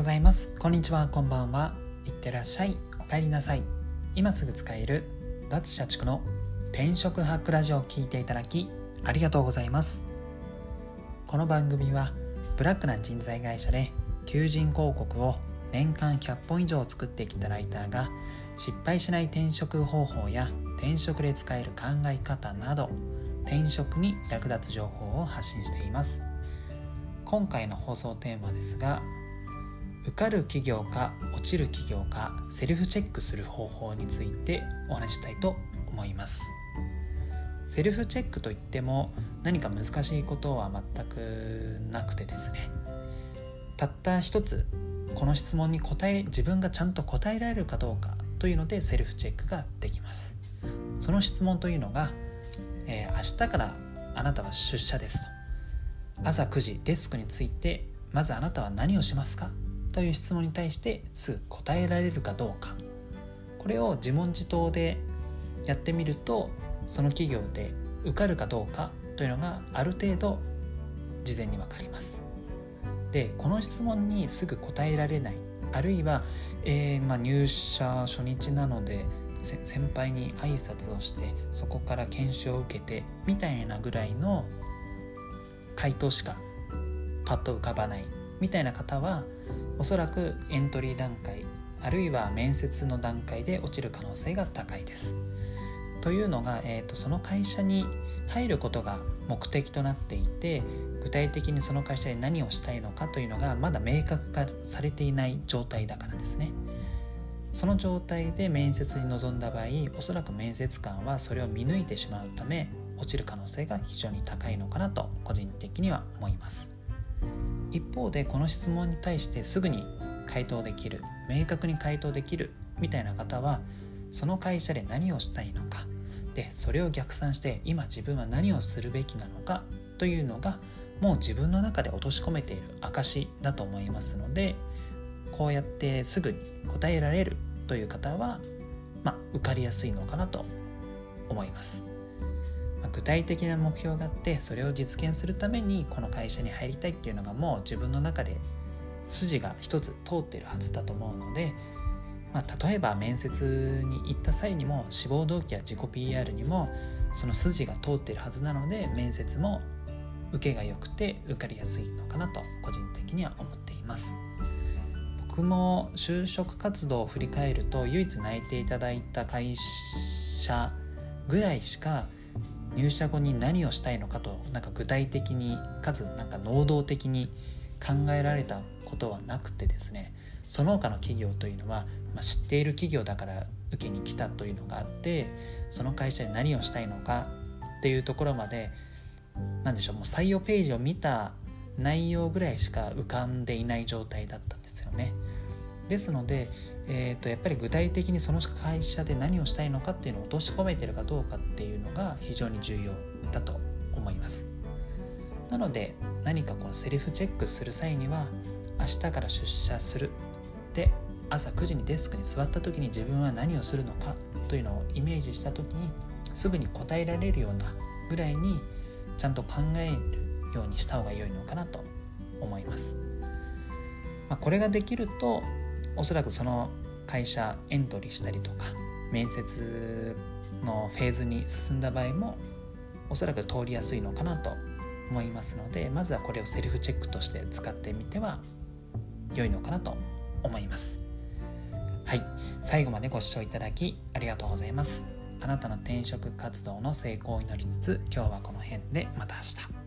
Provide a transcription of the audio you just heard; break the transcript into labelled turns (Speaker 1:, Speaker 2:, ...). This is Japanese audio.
Speaker 1: ございます。こんにちは、こんばんは。いってらっしゃい、お帰りなさい。今すぐ使える脱社畜の転職ハックラジオを聞いていただきありがとうございます。この番組はブラックな人材会社で求人広告を年間100本以上作ってきたライターが失敗しない転職方法や転職で使える考え方など転職に役立つ情報を発信しています。今回の放送テーマですが、受かる企業か落ちる企業かセルフチェックする方法についてお話したいと思います。セルフチェックといっても何か難しいことは全くなくてですね、たった一つこの質問に自分がちゃんと答えられるかどうかというのでセルフチェックができます。その質問というのが、明日からあなたは出社ですと、朝9時デスクに着いてまずあなたは何をしますかという質問に対してすぐ答えられるかどうか、これを自問自答でやってみるとその企業で受かるかどうかというのがある程度事前に分かります。で、この質問にすぐ答えられない、あるいは、入社初日なので先輩に挨拶をしてそこから研修を受けてみたいなぐらいの回答しかパッと浮かばないみたいな方は、おそらくエントリー段階あるいは面接の段階で落ちる可能性が高いです。というのが、その会社に入ることが目的となっていて、具体的にその会社で何をしたいのかというのがまだ明確化されていない状態だからですね。その状態で面接に臨んだ場合、おそらく面接官はそれを見抜いてしまうため落ちる可能性が非常に高いのかなと個人的には思います。一方でこの質問に対してすぐに回答できる、明確に回答できるみたいな方は、その会社で何をしたいのかで、それを逆算して今自分は何をするべきなのかというのがもう自分の中で落とし込めている証だと思いますので、こうやってすぐに答えられるという方は、受かりやすいのかなと思います。具体的な目標があってそれを実現するためにこの会社に入りたいっていうのがもう自分の中で筋が一つ通っているはずだと思うので、例えば面接に行った際にも志望動機や自己 PR にもその筋が通っているはずなので、面接も受けが良くて受かりやすいのかなと個人的には思っています。僕も就職活動を振り返ると唯一内定いただいた会社ぐらいしか入社後に何をしたいのかと具体的にかつ能動的に考えられたことはなくてですね、その他の企業というのは、知っている企業だから受けに来たというのがあって、その会社で何をしたいのかっていうところまでもう採用ページを見た内容ぐらいしか浮かんでいない状態だったんですよね。ですので、やっぱり具体的にその会社で何をしたいのかっていうのを落とし込めているかどうかっていうのが非常に重要だと思います。なので何かこのセルフチェックする際には、明日から出社するで朝9時にデスクに座った時に自分は何をするのかというのをイメージした時にすぐに答えられるようなぐらいにちゃんと考えるようにした方が良いのかなと思います。これができるとおそらくその会社エントリーしたりとか面接のフェーズに進んだ場合もおそらく通りやすいのかなと思いますので、まずはこれをセルフチェックとして使ってみては良いのかなと思います。はい、最後までご視聴いただきありがとうございます。あなたの転職活動の成功を祈りつつ、今日はこの辺でまた明日。